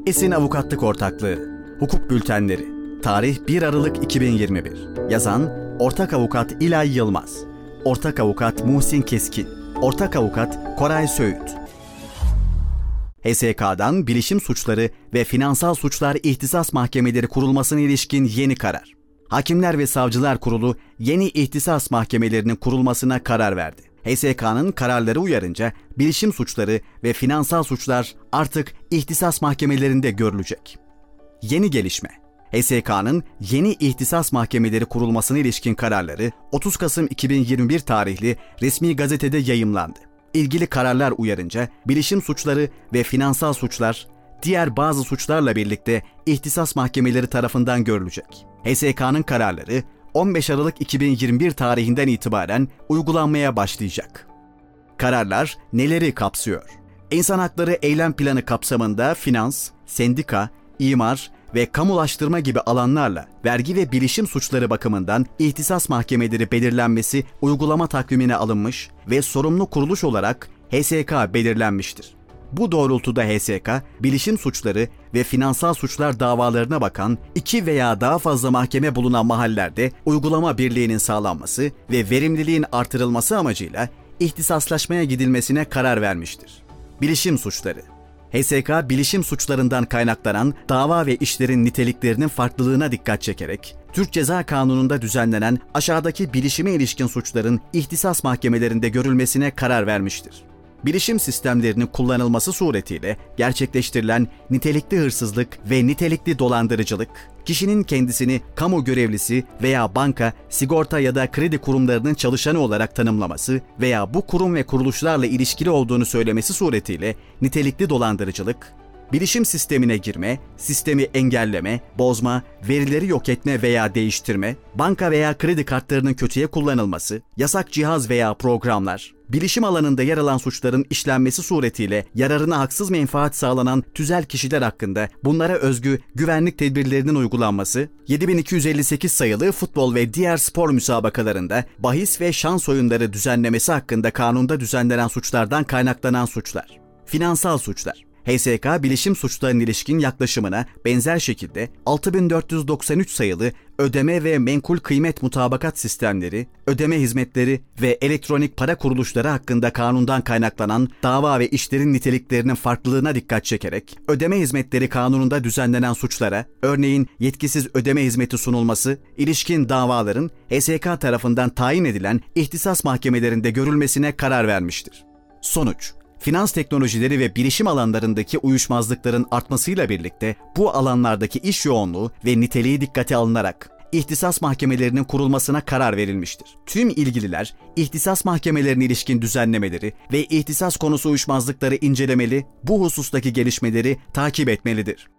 Esin Avukatlık Ortaklığı, Hukuk Bültenleri, Tarih 1 Aralık 2021. Yazan Ortak Avukat İlay Yılmaz, Ortak Avukat Muhsin Keskin, Ortak Avukat Koray Söğüt. HSYK'dan Bilişim Suçları ve Finansal Suçlar İhtisas Mahkemeleri kurulmasına ilişkin yeni karar. Hakimler ve Savcılar Kurulu yeni ihtisas mahkemelerinin kurulmasına karar verdi. HSYK'nın kararları uyarınca bilişim suçları ve finansal suçlar artık ihtisas mahkemelerinde görülecek. Yeni gelişme. HSYK'nın yeni ihtisas mahkemeleri kurulmasına ilişkin kararları 30 Kasım 2021 tarihli resmi gazetede yayımlandı. İlgili kararlar uyarınca bilişim suçları ve finansal suçlar diğer bazı suçlarla birlikte ihtisas mahkemeleri tarafından görülecek. HSYK'nın kararları 15 Aralık 2021 tarihinden itibaren uygulanmaya başlayacak. Kararlar neleri kapsıyor? İnsan hakları eylem planı kapsamında finans, sendika, imar ve kamulaştırma gibi alanlarla vergi ve bilişim suçları bakımından ihtisas mahkemeleri belirlenmesi uygulama takvimine alınmış ve sorumlu kuruluş olarak HSYK belirlenmiştir. Bu doğrultuda HSYK, bilişim suçları ve finansal suçlar davalarına bakan 2 veya daha fazla mahkeme bulunan mahallelerde uygulama birliğinin sağlanması ve verimliliğin artırılması amacıyla ihtisaslaşmaya gidilmesine karar vermiştir. Bilişim suçları. HSYK, bilişim suçlarından kaynaklanan dava ve işlerin niteliklerinin farklılığına dikkat çekerek, Türk Ceza Kanunu'nda düzenlenen aşağıdaki bilişime ilişkin suçların ihtisas mahkemelerinde görülmesine karar vermiştir. Bilişim sistemlerinin kullanılması suretiyle gerçekleştirilen nitelikli hırsızlık ve nitelikli dolandırıcılık, kişinin kendisini kamu görevlisi veya banka, sigorta ya da kredi kurumlarının çalışanı olarak tanımlaması veya bu kurum ve kuruluşlarla ilişkili olduğunu söylemesi suretiyle nitelikli dolandırıcılık, bilişim sistemine girme, sistemi engelleme, bozma, verileri yok etme veya değiştirme, banka veya kredi kartlarının kötüye kullanılması, yasak cihaz veya programlar, bilişim alanında yer alan suçların işlenmesi suretiyle yararına haksız menfaat sağlanan tüzel kişiler hakkında bunlara özgü güvenlik tedbirlerinin uygulanması, 7258 sayılı futbol ve diğer spor müsabakalarında bahis ve şans oyunları düzenlemesi hakkında kanunda düzenlenen suçlardan kaynaklanan suçlar. Finansal suçlar. HSYK, bilişim suçlarına ilişkin yaklaşımına benzer şekilde 6493 sayılı ödeme ve menkul kıymet mutabakat sistemleri, ödeme hizmetleri ve elektronik para kuruluşları hakkında kanundan kaynaklanan dava ve işlerin niteliklerinin farklılığına dikkat çekerek, ödeme hizmetleri kanununda düzenlenen suçlara, örneğin yetkisiz ödeme hizmeti sunulması, ilişkin davaların HSYK tarafından tayin edilen ihtisas mahkemelerinde görülmesine karar vermiştir. Sonuç. Finans teknolojileri ve bilişim alanlarındaki uyuşmazlıkların artmasıyla birlikte bu alanlardaki iş yoğunluğu ve niteliği dikkate alınarak ihtisas mahkemelerinin kurulmasına karar verilmiştir. Tüm ilgililer ihtisas mahkemelerine ilişkin düzenlemeleri ve ihtisas konusu uyuşmazlıkları incelemeli, bu husustaki gelişmeleri takip etmelidir.